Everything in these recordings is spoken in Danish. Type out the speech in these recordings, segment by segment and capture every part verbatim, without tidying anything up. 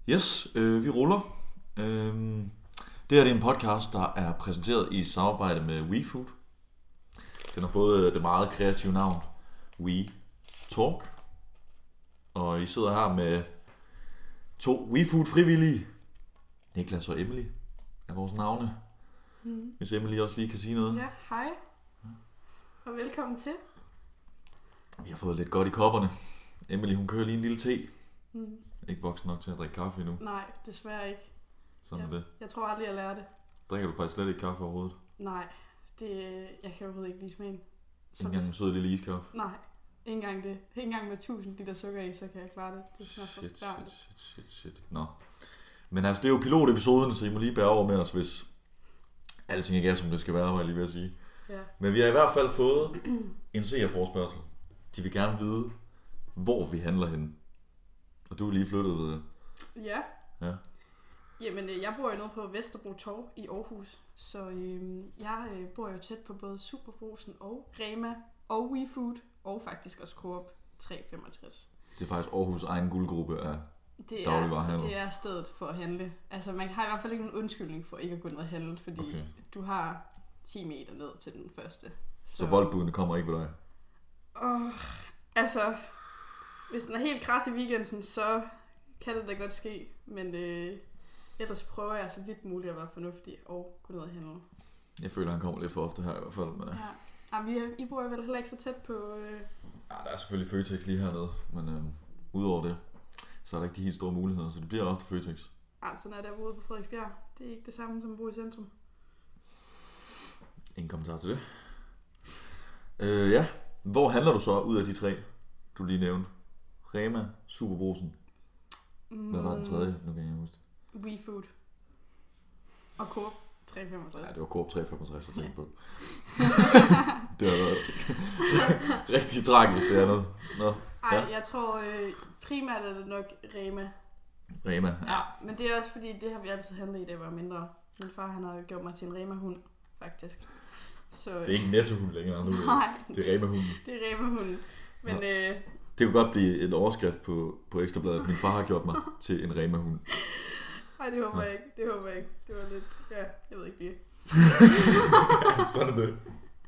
Yes, øh, vi ruller. Øh, det her det er en podcast, der er præsenteret i samarbejde med WeFood. Den har fået det meget kreative navn We Talk. Og I sidder her med to WeFood frivillige. Niklas og Emily er vores navne. Mm. Hvis Emily også lige kan sige noget. Ja, hej. Og velkommen til. Vi har fået lidt godt i kopperne. Emily, hun kører lige en lille te. Mm. Ikke voksen nok til at drikke kaffe endnu. Nej, desværre ikke. Sådan jeg, er det. Jeg tror aldrig, jeg lærer det. Drikker du faktisk slet ikke kaffe overhovedet? Nej, det, jeg kan overhovedet ikke lide smagen. Ikke engang en sød lille iskaffe? Nej, ikke engang det. Ikke engang med tusind liter sukker i, så kan jeg klare det. Det shit, shit, shit, shit, shit. Nå. Men altså, det er jo pilotepisoden, så I må lige bære over med os, hvis alting ikke er, som det skal være, var jeg lige ved at sige. Ja. Men vi har i hvert fald fået en seerforspørgsel. De vil gerne vide, hvor vi handler henne. Og du er lige flyttet, ved jeg. Ja. Ja. Jamen, jeg bor jo nede på Vesterbro Torv i Aarhus, så øh, jeg øh, bor jo tæt på både Superbrugsen og Rema og WeFood, og faktisk også Coop tre femogtres. Det er faktisk Aarhus' egen guldgruppe af det dagligvarehandel. Det er stedet for at handle. Altså, man har i hvert fald ikke nogen undskyldning for ikke at gå ned og handle, fordi okay. Du har ti meter ned til den første. Så, så voldbudene kommer ikke ved dig? Åh, altså, hvis den er helt kras i weekenden, så kan det da godt ske, men øh, ellers prøver jeg så vidt muligt at være fornuftig og gå ned og handle. Jeg føler, han kommer lidt for ofte her i hvert fald. Men... Ja. Ja, vi er, I bor jo vel heller ikke så tæt på... Øh... Ja, der er selvfølgelig Føtex lige hernede, men øh, udover det, så er der ikke de helt store muligheder, så det bliver ofte Føtex. Ja, sådan er det ude på Frederiksbjerg. Det er ikke det samme som at bo i centrum. Ingen kommentar til det. Øh, ja, hvor handler du så ud af de tre, du lige nævnte? Rema, Superbrugsen. Hvad var den tredje? Nu kan jeg huske det. WeFood. Og Coop tre femogtres. Ja, det var Coop tre femogtres, jeg tænkte på. Det har været rigtig tragisk, det andet. Nå, Ej, ja. Jeg tror øh, primært er det nok Rema. Rema, ja. Ja. Men det er også fordi, det har vi altid handlet i, da jeg var mindre. Min far, han har gjort mig til en Rema-hund, faktisk. Så, det er ikke en Netto-hund længere nu. Nej. Det er Rema-hunden. Det er Rema-hunden. Men, ja. øh, det kunne godt blive en overskrift på, på Ekstrabladet. Min far har gjort mig til en Rema-hund. Nej, det håber ja. jeg ikke. Det håber jeg ikke. Det var lidt... Ja, jeg ved ikke det. Sådan er det.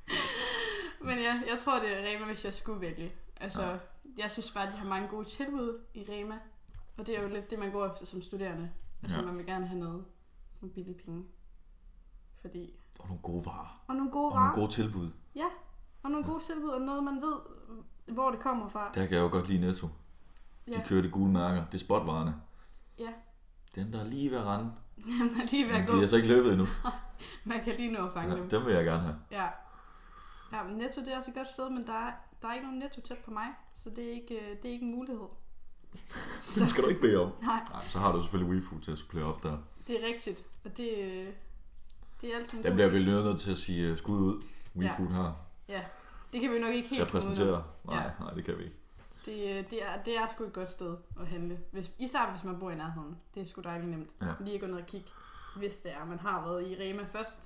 Men ja, jeg tror, det er Rema, hvis jeg skulle vælge. Altså, ja. Jeg synes bare, at de har mange gode tilbud i Rema. Og det er jo lidt det, man går efter som studerende. Altså, ja. Man vil gerne have noget som billige penge. Fordi... Og nogle gode varer. Og nogle gode og varer. Og nogle gode tilbud. Ja, og nogle ja. gode tilbud, og noget, man ved, hvor det kommer fra. Der kan jeg jo godt lide Netto. De ja. kører de gule mærker. Det er spotvarerne. Ja. Den, der er lige ved at rende. Jamen, der er lige ved at gå. De er så ikke løbet endnu. Man kan lige nå at fange ja, dem. Dem vil jeg gerne have. Ja. Ja, men Netto, det er også et godt sted, men der er, der er ikke nogen Netto tæt på mig, så det er ikke, det er ikke en mulighed. Den skal du ikke bede om. Nej. Nej. Så har du selvfølgelig WeFood til at supplere op der. Det er rigtigt, og det, det er altid en den bliver vi nødt til at sige skud ud. WeFood ja. her. Ja, det kan vi nok ikke helt repræsentere. Nej, ja. nej, det kan vi ikke. Det, det, er, det er sgu et godt sted at handle. Hvis, især hvis man bor i nærheden. Det er sgu dejligt nemt. Ja. Lige at gå ned og kigge, hvis det er, man har været i Rema først.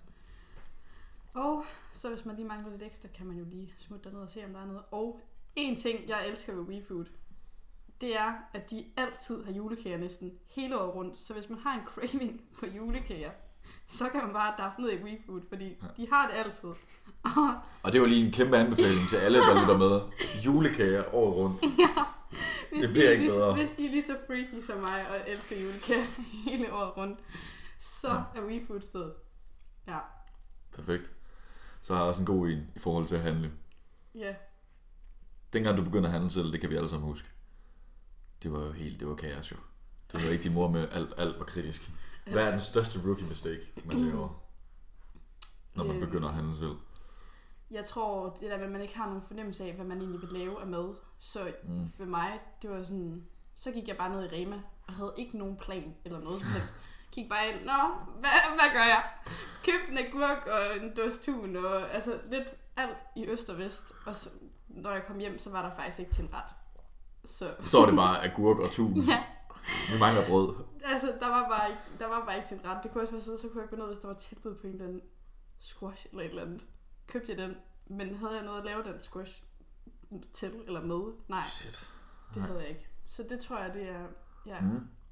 Og så hvis man lige mangler lidt ekstra, kan man jo lige smutte derned og se, om der er noget. Og en ting, jeg elsker ved WeFood, det er, at de altid har julekager næsten hele året rundt. Så hvis man har en craving på julekager, så kan man bare daffe ned i WeFood, fordi ja. De har det altid. Og det var lige en kæmpe anbefaling til alle, der lytter med. Julekager året rundt. Ja. Hvis det bliver de ikke lige, bedre. Hvis de er lige så freaky som mig og elsker julekager hele året rundt, så ja. Er WeFood stedet. Ja. Perfekt. Så har jeg også en god en i forhold til at handle. Ja. Dengang du begyndte at handle selv, det kan vi alle sammen huske. Det var jo helt, det var kaos jo. Det var ikke din mor med, alt, alt var kritisk. Hvad er den største rookie mistake, man laver, når man begynder at handle selv? Jeg tror, det der med, at man ikke har nogen fornemmelse af, hvad man egentlig vil lave af mad. Så mm. for mig, det var sådan, så gik jeg bare ned i Rema, og havde ikke nogen plan eller noget som helst. Gik bare ind, nå, hvad, hvad gør jeg? Købte en agurk og en dåse tun, og altså lidt alt i øst og vest. Og så, når jeg kom hjem, så var der faktisk ikke til en ret. Så, så var det bare agurk og tun. Ja. Vi mangler brød. Altså, der var bare ikke, der var bare ikke til en ret. Det kunne også være sådan, så kunne jeg gå ned, hvis der var tilbud på en eller anden squash eller et eller andet. Købte jeg den, men havde jeg noget at lave den squash til eller med? Nej, Shit. det havde jeg ikke. Så det tror jeg, det er... Ja. Mm.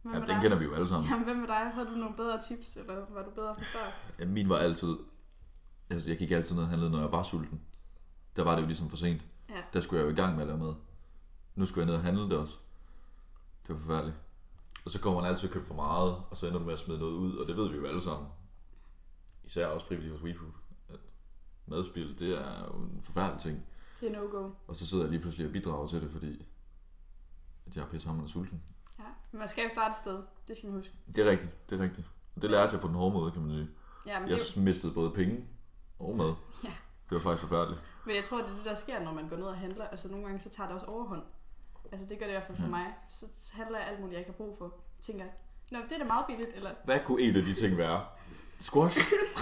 Ja, den dig? Kender vi jo alle sammen. Jamen, hvem med dig? Havde du nogle bedre tips, eller var du bedre fra start? Ja, min var altid... Altså, jeg gik altid ned og handlede, når jeg var sulten. Der var det jo ligesom for sent. Ja. Der skulle jeg jo i gang med at lave mad. Nu skulle jeg ned og handle det også. Det var forfærdeligt. Og så kommer man altid og købe for meget, og så ender du med at smide noget ud, og det ved vi jo alle sammen. Især også frivillige hos WeFood. At madspil, det er jo en forfærdelig ting. Det er no-go. Og så sidder jeg lige pludselig og bidrager til det, fordi at jeg er pissehammerende sulten. Ja, men man skal jo starte et sted. Det skal man huske. Det er rigtigt, det er rigtigt. Og det lærte jeg på den hårde måde, kan man sige. Ja, men jeg det... mistede både penge og mad. Ja. Det var faktisk forfærdeligt. Men jeg tror, det er det, der sker, når man går ned og handler. Altså nogle gange, så tager det også overhånd. Altså det gør det i hvert fald for ja. mig. Så handler jeg alt muligt, jeg ikke har brug for. Tænker, nå, det er da meget billigt, eller... Hvad kunne en af de ting være? Squash?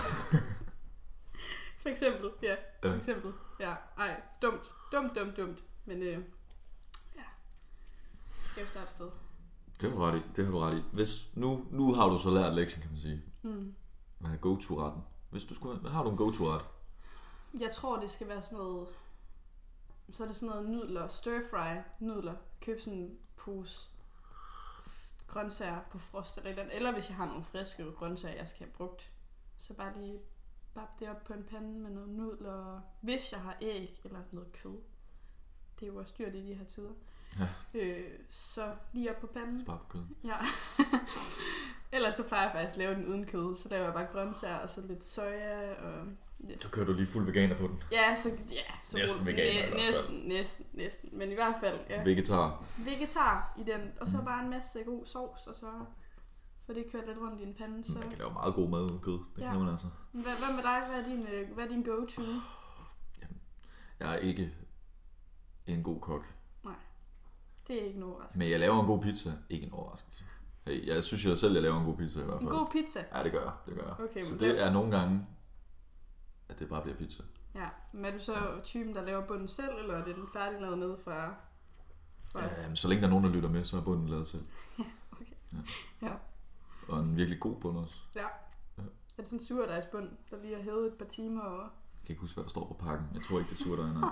For eksempel, ja. For ja. eksempel, ja. Ej, dumt. Dumt, dumt, dumt. Men øh, ja. Skal jo starte et sted. Det har du ret i, det har du ret i. Hvis, nu, nu har du så lært lektien, kan man sige. Mm. Hvad er go-to-retten? Hvis du skulle, hvad har du en go-to-ret? Jeg tror, det skal være sådan noget... Så er det sådan noget nudler, stir-fry nudler. Køb sådan en pose grøntsager på frost eller et eller andet. Eller hvis jeg har nogle friske grøntsager, jeg skal have brugt. Så bare lige bap det op på en pande med noget nudler. Hvis jeg har æg eller noget kød. Det er jo også dyrt i de her tider. Ja. Øh, så lige op på panden. Spar på kød. Ja. Ellers så plejer jeg faktisk at lave den uden kød. Så laver jeg bare grøntsager og så lidt soja og... Så kører du lige fuld veganer på den. Ja, så, ja, så næsten veganer næ- næsten, næsten, næsten, men i hvert fald, ja. Vegetar. Vegetar i den, og så mm. bare en masse god sovs, og så får det kørt lidt rundt i en pande. Så... Man kan lave meget god mad uden kød, det ja. Kan man altså. Hvad, hvad med dig? Hvad er din, hvad er din go-to? Jamen, jeg er ikke en god kok. Nej, det er ikke en overraskelse. Men jeg laver en god pizza, ikke en overraskelse. Hey, jeg synes jeg selv, jeg laver en god pizza i hvert fald. En god pizza? Ja, det gør jeg, det gør jeg. Okay, så det er nogle gange, at det bare bliver pizza. Ja, men er du så typen, der laver bunden selv, eller er det den færdiglavet ned fra... fra... Ja, så længe der er nogen, der lytter med, så er bunden lavet selv. Okay. Ja. Ja. Og en virkelig god bund også. Ja. Ja. Er det sådan en surdejsbund, der lige har hævet et par timer? Og... Jeg kan ikke huske, hvad der står på pakken. Jeg tror ikke, det er surdej, nej.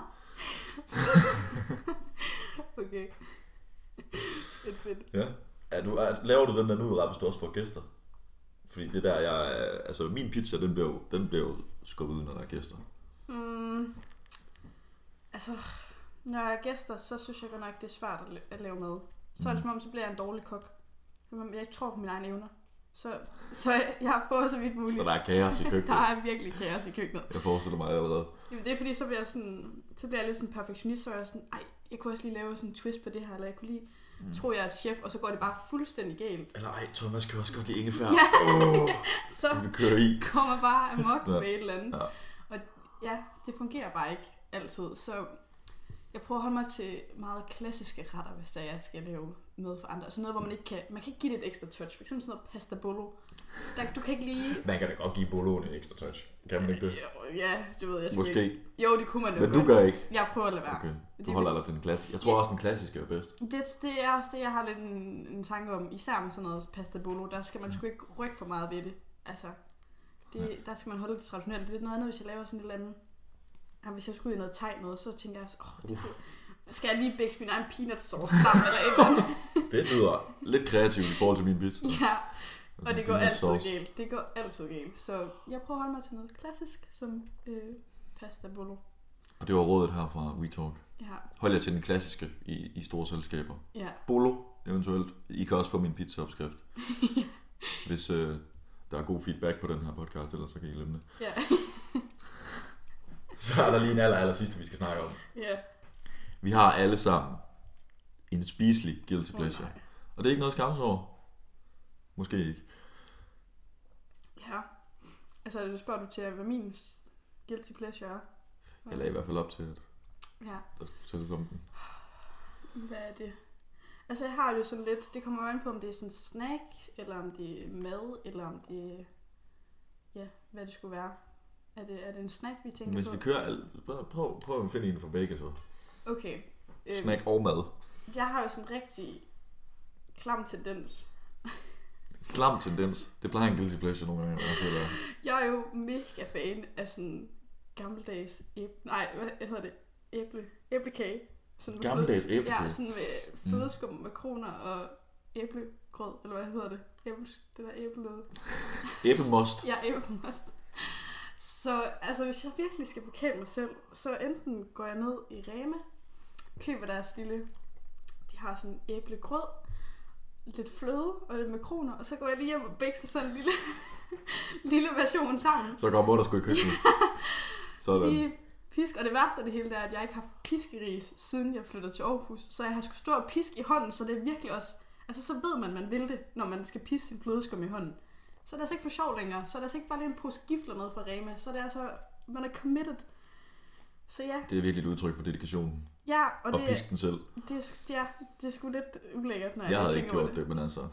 Okay. Et fedt. Ja. Er du, er, laver du den der nudelret, hvis du også får gæster? Fordi det der, jeg, altså min pizza, den bliver jo, den bliver jo skubbet ud, når der er gæster. Mm, altså, når jeg er gæster, så synes jeg godt nok, det er svært at lave mad. Så er det som om, så bliver jeg en dårlig kok. Jeg ikke tror på mine egne evner. Så, så jeg har fået så vidt muligt. Så der er kaos i køkkenet. Der er virkelig kaos i køkkenet. Jeg forestiller mig allerede. Jamen, det er fordi, så bliver jeg, sådan, så bliver jeg lidt sådan perfektionist, så er jeg sådan, ej, jeg kunne også lige lave sådan en twist på det her, eller jeg kunne lige mm. tro, jeg er et chef, og så går det bare fuldstændig galt. Eller ej, Thomas kan også godt lide ingefær. Ja. Oh, så i. kommer bare amok med et eller andet. Ja. Og ja, det fungerer bare ikke altid, så jeg prøver at holde mig til meget klassiske retter, hvis der jeg skal lave noget for andre. Altså noget, hvor man ikke kan, man kan ikke give det et ekstra touch. For eksempel sådan noget pasta bolo. Der, du kan ikke lige... Man kan da godt give boloen et ekstra touch. Kan man ikke det? Ja, det ved jeg måske ikke. Jo, det kunne man jo. Men du gør ikke? Jeg prøver at lade være. Okay. Du holder dig til den klassiske. Jeg tror ja. også, den klassiske er bedst. Det, det er også det, jeg har lidt en, en tanke om. Især med sådan noget pasta bolo. Der skal man sgu ikke rykke for meget ved det. Altså, det, ja. der skal man holde det traditionelt. Det er noget andet, hvis jeg laver sådan et eller andet... Ja, hvis jeg skulle i noget thai noget, så tænker jeg så, åh, det skal jeg lige bække min egen peanut sauce sammen eller et eller andet. Det lyder lidt kreativt i forhold til min pizza. Ja, og, og det går altid sauce. galt. Det går altid galt. Så jeg prøver at holde mig til noget klassisk, som øh, pasta bolo. Og det var rådet her fra WeTalk. Ja. Hold jer til den klassiske i, i store selskaber. Ja. Bolo eventuelt. I kan også få min pizzaopskrift. Ja. Hvis øh, der er god feedback på den her podcast, ellers så kan I glemme det. Ja. Så er der lige en aller, aller sidste, vi skal snakke om. Ja. Vi har alle sammen en spiselig guilty pleasure. Oh, og det er ikke noget skams over. Måske ikke. Ja. Altså, du spørger du til, hvad min guilty pleasure er. Jeg lagde i hvert fald op til, at ja. der skal fortælles om den. Hvad er det? Altså, jeg har jo sådan lidt... Det kommer jo an på, om det er sådan snack, eller om det er mad, eller om det er... Ja, hvad det skulle være. Er det, er det en snack, vi tænker Hvis på? vi kører... Al- prøv, prøv, prøv at finde en for begge, så. Okay. Øh, snack og mad. Jeg har jo sådan en rigtig klam tendens. Klam tendens? Det plejer en guilty pleasure nogle gange. Jeg, jeg er jo mega fan af sådan gammeldags æble... Nej, hvad hedder det? Æble... Æblekage. Sådan gammeldags æblekage? Ja, sådan med flødeskum, mm. makroner og æblegrød, eller hvad hedder det? Æble, det der æble noget. Æblemost. Ja, æblemost. Så altså, hvis jeg virkelig skal forkæle mig selv, så enten går jeg ned i Rema, køber deres lille, de har sådan æblegrød, lidt fløde og lidt makroner, og så går jeg lige hjem og bækser sådan en lille, lille version sammen. Så går mutter sgu i køkkenet. Sådan. Lige pisk, og det værste af det hele er, at jeg ikke har haft piskeris, siden jeg flyttede til Aarhus, så jeg har skulle stå og piske i hånden, så det er virkelig også, altså så ved man, man vil det, når man skal piske sin flødeskum i hånden. Så er det altså ikke for sjov længere, så er det altså ikke bare lige en pose gifler noget fra Rema, så er det altså, man er committed. Så ja. Det er virkelig et udtryk for dedikationen. Ja, og, og det, pisken selv. Det, ja, det er sgu lidt ulækkert, når jeg, jeg havde tænker ikke gjort det. det, men altså...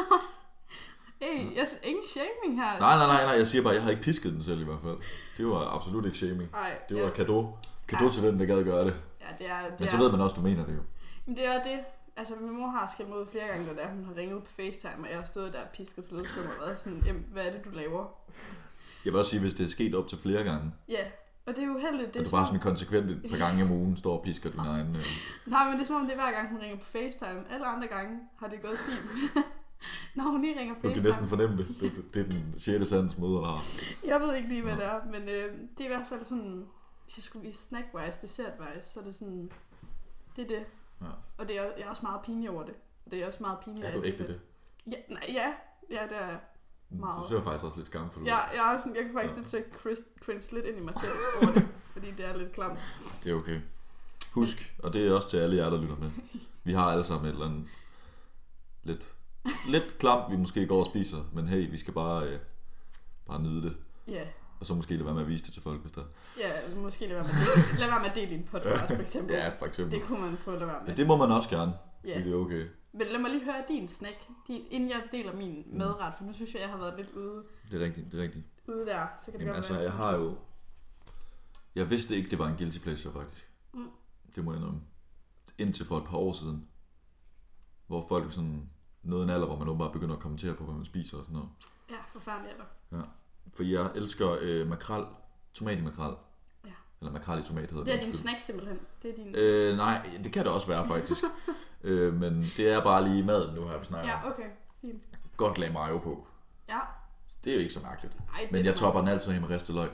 Hey, jeg, ingen shaming her. Nej, nej, nej, nej, jeg siger bare, jeg havde ikke pisket den selv i hvert fald. Det var absolut ikke shaming. Ej, det var ja. kado. Kado Ja. til den, der gad gøre det. Ja, det er, det men så er, ved man også, du mener det jo. Men det er det. Altså, min mor har skældt mig ud flere gange, da hun har ringet på FaceTime, og jeg har stået der og pisket flødeskum og været sådan, hvad er det, du laver? Jeg vil også sige, hvis det er sket op til flere gange. Ja, og det er jo heldigt. Det er du bare sådan konsekvent et par gange om ugen står og pisker din egen... Øh... Nej, men det er som om, det er hver gang, hun ringer på FaceTime. Alle andre gange har det gået fint. Når hun lige ringer på FaceTime. Du kan næsten fornemme det. Det, det, det er den sjette sands møder, der har. Jeg ved ikke lige, hvad ja. det er, men øh, det er i hvert fald sådan, hvis jeg skulle vise snack-wise, dessert-wise, så er det sådan, det er det. Ja. Og det er, jeg er også meget pinlig over det. Og det er også meget pinligt. Er du ægte det? Ja, nej, ja, ja, det er meget. Du ser faktisk også lidt skamfuld ud. Ja, jeg, er sådan, jeg kan faktisk ja. lidt så cringe lidt ind i mig selv over det, fordi det er lidt klamt. Det er okay. Husk, og det er også til alle jer, der lytter med. Vi har alle sammen et eller andet lidt, lidt klamt, vi måske går og spiser, men hey, vi skal bare, øh, bare nyde det. Ja. Og så måske lade være med at vise det til folk, hvis der. Ja, måske lade være med at dele, lade være med at dele din podcast, for eksempel. Ja, for eksempel. Det kunne man prøve at lade være med. Ja, det må man også gerne. Ja. Det er okay. Men lad mig lige høre din snack, din, inden jeg deler min madret, for nu synes jeg, jeg har været lidt ude. Det er rigtigt, det er rigtigt. Ude der, så kan det Jamen, godt altså, være. jeg har jo... Jeg vidste ikke, det var en guilty pleasure, faktisk. Mm. Det må jeg indrømme. Indtil for et par år siden, hvor folk sådan nåede en alder, hvor man nu bare begynder at kommentere på, hvad man spiser og sådan noget. Ja, forfærdelig alder. Ja, for jeg elsker øh, makrel, tomat i makrel. Ja. Eller makrel i tomat hedder det. Det er din snack simpelthen. Det er din... Øh, nej, det kan det også være faktisk. øh, men det er bare lige maden nu her, vi snakker. Ja, okay. Fint. Godt lag mayo på. Ja. Det er jo ikke så mærkeligt. Ej, men jeg topper den altid med ristet løg.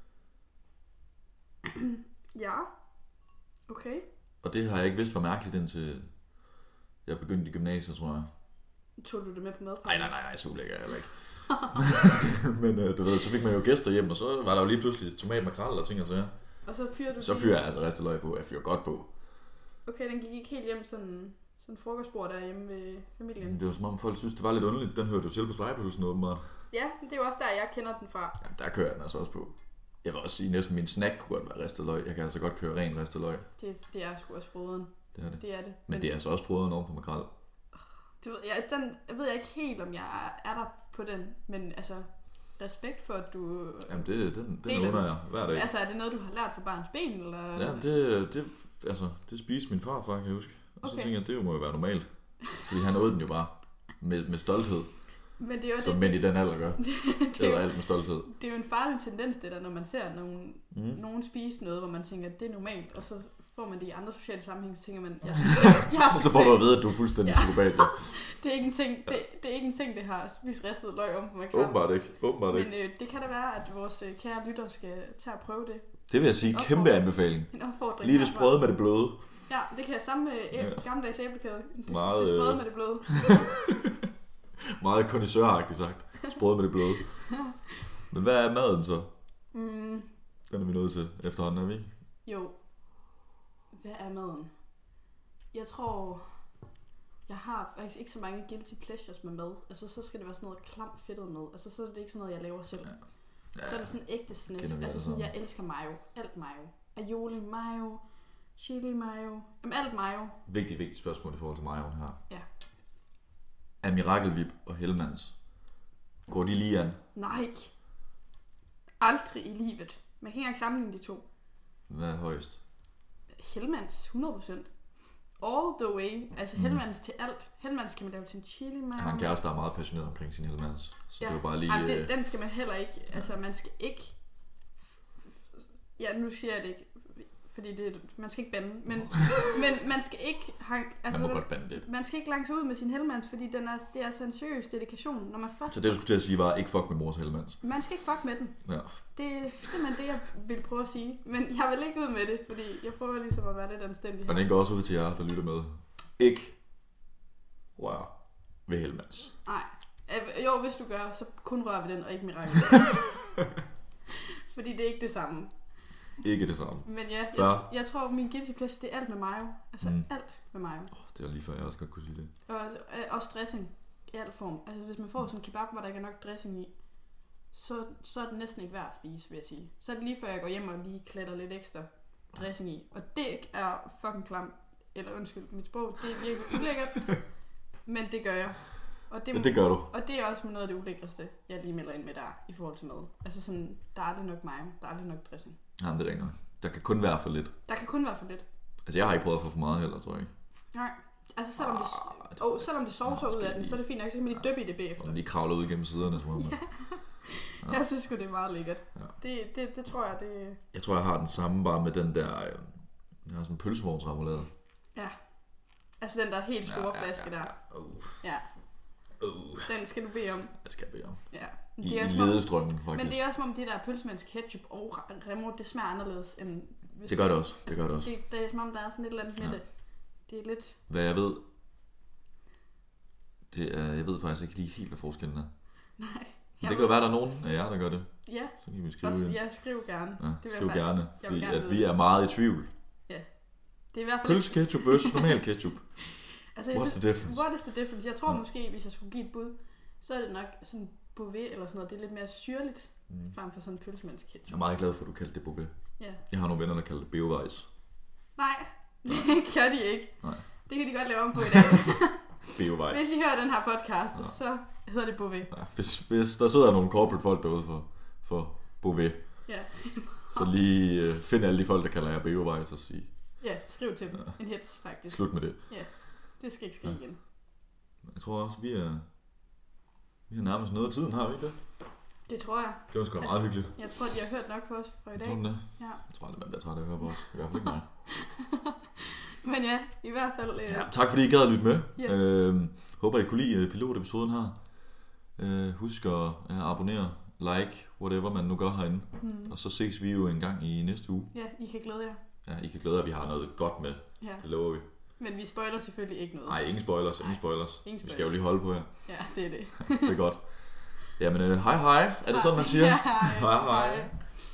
Ja. Okay. Og det har jeg ikke vidst var mærkeligt, indtil jeg begyndte i gymnasiet, tror jeg. Tog du det med på madpakken? Nej, nej, nej, nej, så ulækker jeg heller ikke. Men øh, du ved, så fik man jo gæster hjem, og så var der jo lige pludselig tomat, makrel og ting og sager. Og så fyrer du... Så fyrer jeg altså ristet løg på. Jeg fyrer godt på. Okay, den gik ikke helt hjem sådan, sådan frokostbord derhjemme ved familien. Det var som om folk synes, det var lidt underligt. Den hørte jo til på splegepølsen åbenbart. Ja, det er jo også der, jeg kender den fra. Ja, der kører jeg den altså også på. Jeg vil også sige, næsten min snack kunne godt være ristet løg. Jeg kan altså godt køre ren ristet løg. Det, det er sgu også froden. Det er det. Det er det. Men, Men det er altså også froden oven på makrel. Det ved jeg, den, jeg ved jeg ikke helt, om jeg er der på den, men altså, respekt for, at du... Jamen, det, den, den under jeg hver dag. Altså, er det noget, du har lært fra barns ben, eller...? Ja, det, det, altså, det spiste min farfar, kan jeg huske. Og okay. Så tænker jeg, det må jo være normalt. Fordi han åd den jo bare med, med stolthed. Men det er jo som det, mænd i den alder gør. det, det er jo alt med stolthed. Det er jo en farlig tendens, det der, når man ser nogen, mm. nogen spise noget, hvor man tænker, at det er normalt, og så får man det i andre sociale sammenhæng, så tænker man, jeg synes, jeg har så får du at vide, at du er fuldstændig ja. psykopat. Ja. det, er ikke en ting, det, det er ikke en ting, det har spist ristet løg om på makrel. Åbenbart ikke. Åbenbart Men ikke. Øh, det kan da være, at vores øh, kære lytter skal tage og prøve det. Det vil jeg sige, kæmpe anbefaling. En opfordring. Lige det sprøde med det bløde. Ja, det kan jeg sammen med æb- ja. gammeldags æblekæde. Det, meget, det sprøde med det bløde. meget kondisøragtigt sagt. Sprøde med det bløde. Men hvad er maden så? Mm. Den er vi nødt til efterhånden, er vi ikke? Jo. Hvad er maden? Jeg tror, jeg har faktisk ikke så mange guilty pleasures med mad. Altså, så skal det være sådan noget klamt fedtet mad. Altså, så er det ikke sådan noget, jeg laver selv. Ja. Ja. Så er det sådan ægte snes. Altså, sådan, jeg elsker mayo. Alt mayo. Aioli mayo, chili mayo. Jamen, alt mayo. Vigtigt, vigtigt spørgsmål i forhold til mayoen her. Ja. Er Mirakelvip og Hellmans, går de lige an? Nej. Aldrig i livet. Man kan ikke engang sammenligne de to. Hvad er højst? Hellmans, hundrede procent. All the way. Altså mm. Hellmans til alt. Hellmans kan man lave til en chili mayo. Jeg har en kæreste, der er meget passioneret omkring sin Hellmans. Så ja. Det er jo bare lige... Ej, det, den skal man heller ikke... Ja. Altså, man skal ikke... Ja, nu siger jeg det ikke. fordi det, man skal ikke bande, men, men man skal ikke hang, altså, man må godt bande lidt. Man skal ikke langt sig ud med sin Hellemands, fordi den er, det er altså en seriøs dedikation, når man først... Så det, du skulle til at sige, var ikke fuck med mors Hellemands? Man skal ikke fuck med den. Ja. Det er simpelthen det, jeg vil prøve at sige. Men jeg vil ikke ud med det, fordi jeg prøver ligesom at være lidt anstændig her. Og den går også ud til jer, der lytter med. Ikke rør ved Hellemands. Nej. Jo, hvis du gør, så kun rør ved den, og ikke Mirakel. Fordi det er ikke det samme. Ikke det samme. Men ja, jeg, jeg tror, min guilty pleasure, det er alt med mayo. Altså mm. alt med mayo. Oh, det var lige før, jeg også godt kunne sige det. Og også dressing i alt form. Altså hvis man får sådan en kebab, hvor der ikke er nok dressing i, så, så er det næsten ikke værd at spise, vil jeg sige. Så er det lige før, jeg går hjem og lige klatter lidt ekstra dressing i. Og det er fucking klam. Eller undskyld, mit sprog, det er virkelig ulækkert. Men det gør jeg. Og det, Men det gør du. Og det er også noget af det ulækreste, jeg lige melder ind med der, i forhold til mad. Altså sådan, der er aldrig nok mayo, der er aldrig nok dressing. Jamen det er ikke noget. Der kan kun være for lidt. Der kan kun være for lidt. Altså jeg har ikke prøvet at få for meget heller, tror jeg ikke. Nej, altså selvom ah, det, oh, selvom det sovser ud af den, så er det fint nok, så kan man lige dyppe i det bagefter. Og de kravler ud gennem siderne, som om. Ja. Ja. Jeg synes sgu, det er meget lækkert. Ja. Det, det, det tror jeg, det... Jeg tror, jeg har den samme bare med den der... Jeg har sådan en pølsevognsramulade. Ja. Altså den der helt store ja, ja, flaske ja, ja. der. Uh. Ja. Uh. Den skal du bede om. Det skal jeg bede om. Ja. I, I ledestrømmen, faktisk. Men det er også som om det der pølsemands ketchup og Remo, det smager anderledes end... Det gør det også. Det gør det også. Det, det er som om, der er sådan et eller andet med ja. det. Det er lidt... Hvad jeg ved... Det er, jeg ved faktisk ikke lige helt, hvad forskellen er. Nej. Men det kan jo være, der er nogen af jer, der gør det. Ja. Så kan vi skrive også, ind. Ja, skriv gerne. Ja, det vil skriv faktisk, gerne, fordi gerne at vi er meget i tvivl. Ja. Det er i hvert fald... Pølseketchup versus normal ketchup. Altså, What's the difference? What is the difference? Jeg tror ja. måske, hvis jeg skulle give et bud, så er det nok sådan Beauvais eller sådan noget. Det er lidt mere syrligt, mm. frem for sådan en pølsemands ketchup. Jeg er meget glad for, at du kaldte det Beauvais. Ja. Jeg har nogle venner, der kalder det Beovejs. Nej, det gør de ikke. Nej. Det kan de godt lave om på i dag. Beovejs. Hvis I hører den her podcast, ja. så hedder det Beauvais. Ja, hvis, hvis der sidder nogle corporate folk derude for, for Beauvais, ja. så lige uh, find alle de folk, der kalder jer Beovejs og sige... Ja, skriv til dem. Ja. En hits, faktisk. Slut med det. Ja, det skal ikke ske ja. igen. Jeg tror også, vi er... Vi har nærmest noget af tiden, har vi ikke det? Det tror jeg. Det var sgu da altså, meget hyggeligt. Jeg tror, de har hørt nok på os for i dag. Jeg tror det. Ja. Jeg tror aldrig, man bliver træt af at høre på os. I hvert fald ikke mig. Men ja, i hvert fald... Øh... Ja, tak fordi I gad at lytte med. Yeah. Øh, håber I kunne lide pilotepisoden her. Øh, husk at uh, abonnere, like, whatever man nu gør herinde. Mm. Og så ses vi jo en gang i næste uge. Ja, I kan glæde jer. Ja, I kan glæde jer, at vi har noget godt med. Ja. Det lover vi. Men vi spoiler selvfølgelig ikke noget. Nej, ingen spoilers, ingen spoilers. Ingen spoilers. Vi skal jo lige holde på jer. Ja, det er det. Det er godt. Jamen, øh, hej hej. Er det sådan, man siger? Ja, hej, hej. hej. hej.